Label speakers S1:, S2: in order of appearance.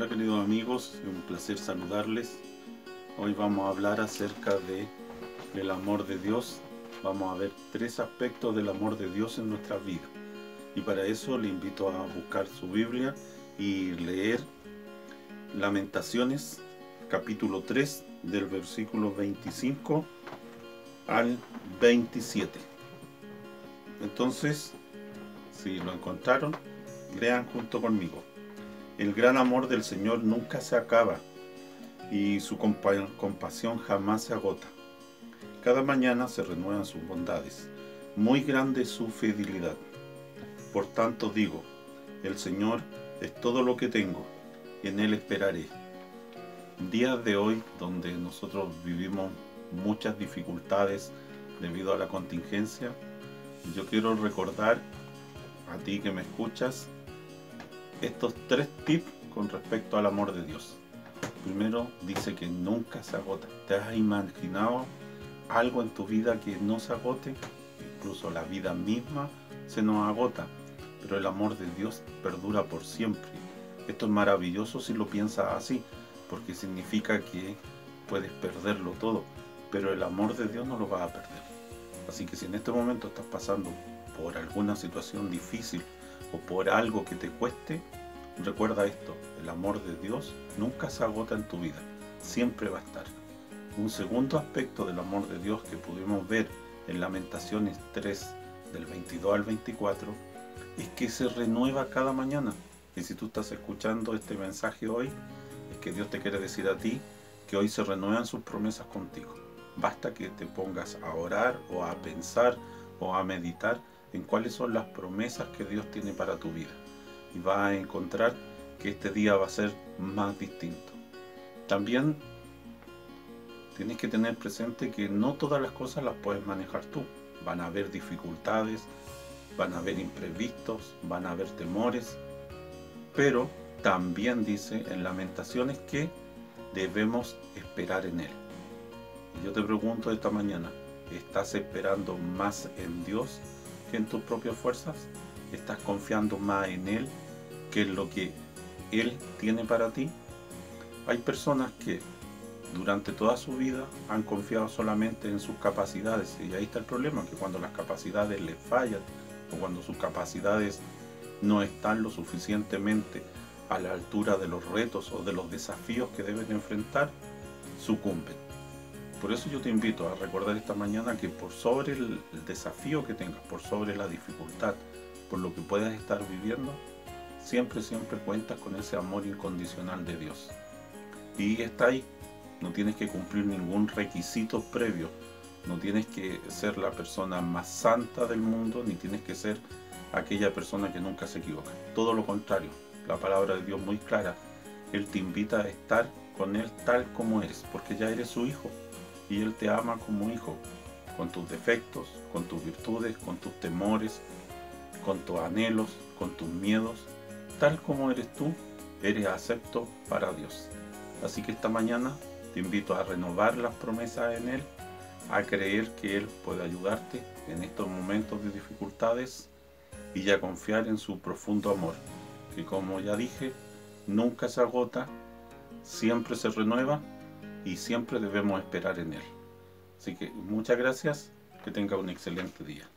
S1: Hola queridos amigos, es un placer saludarles. Hoy vamos a hablar acerca del amor de Dios. Vamos a ver 3 aspectos del amor de Dios en nuestra vida. Y para eso le invito a buscar su Biblia y leer Lamentaciones, capítulo 3, del versículo 25 al 27. Entonces, si lo encontraron, lean junto conmigo. El gran amor del Señor nunca se acaba y su compasión jamás se agota. Cada mañana se renuevan sus bondades. Muy grande es su fidelidad. Por tanto digo, el Señor es todo lo que tengo, y en Él esperaré. Días de hoy donde nosotros vivimos muchas dificultades debido a la contingencia, yo quiero recordar a ti que me escuchas estos 3 tips con respecto al amor de Dios. Primero, dice que nunca se agota. ¿Te has imaginado algo en tu vida que no se agote? Incluso la vida misma se nos agota, pero el amor de Dios perdura por siempre. Esto es maravilloso si lo piensas así, porque significa que puedes perderlo todo, pero el amor de Dios no lo vas a perder. Así que si en este momento estás pasando por alguna situación difícil o por algo que te cueste, recuerda esto: el amor de Dios nunca se agota en tu vida, siempre va a estar. Un segundo aspecto del amor de Dios que pudimos ver en Lamentaciones 3, del 22 al 24, es que se renueva cada mañana. Y si tú estás escuchando este mensaje hoy, es que Dios te quiere decir a ti que hoy se renuevan sus promesas contigo. Basta que te pongas a orar o a pensar o a meditar en cuáles son las promesas que Dios tiene para tu vida, y vas a encontrar que este día va a ser más distinto. También tienes que tener presente que no todas las cosas las puedes manejar tú. Van a haber dificultades, van a haber imprevistos, van a haber temores, pero también dice en Lamentaciones que debemos esperar en Él. Y yo te pregunto esta mañana, ¿estás esperando más en Dios que en tus propias fuerzas? ¿Estás confiando más en Él que en lo que Él tiene para ti? Hay personas que durante toda su vida han confiado solamente en sus capacidades, y ahí está el problema, que cuando las capacidades les fallan o cuando sus capacidades no están lo suficientemente a la altura de los retos o de los desafíos que deben enfrentar, sucumben. Por eso yo te invito a recordar esta mañana que por sobre el desafío que tengas, por sobre la dificultad, por lo que puedas estar viviendo, siempre cuentas con ese amor incondicional de Dios. Y está ahí. No tienes que cumplir ningún requisito previo. No tienes que ser la persona más santa del mundo, ni tienes que ser aquella persona que nunca se equivoca. Todo lo contrario. La palabra de Dios muy clara. Él te invita a estar con Él tal como eres, porque ya eres su hijo. Y Él te ama como hijo, con tus defectos, con tus virtudes, con tus temores, con tus anhelos, con tus miedos. Tal como eres tú, eres acepto para Dios. Así que esta mañana te invito a renovar las promesas en Él, a creer que Él puede ayudarte en estos momentos de dificultades y a confiar en su profundo amor, que como ya dije, nunca se agota, siempre se renueva y siempre debemos esperar en Él. Así que muchas gracias, que tenga un excelente día.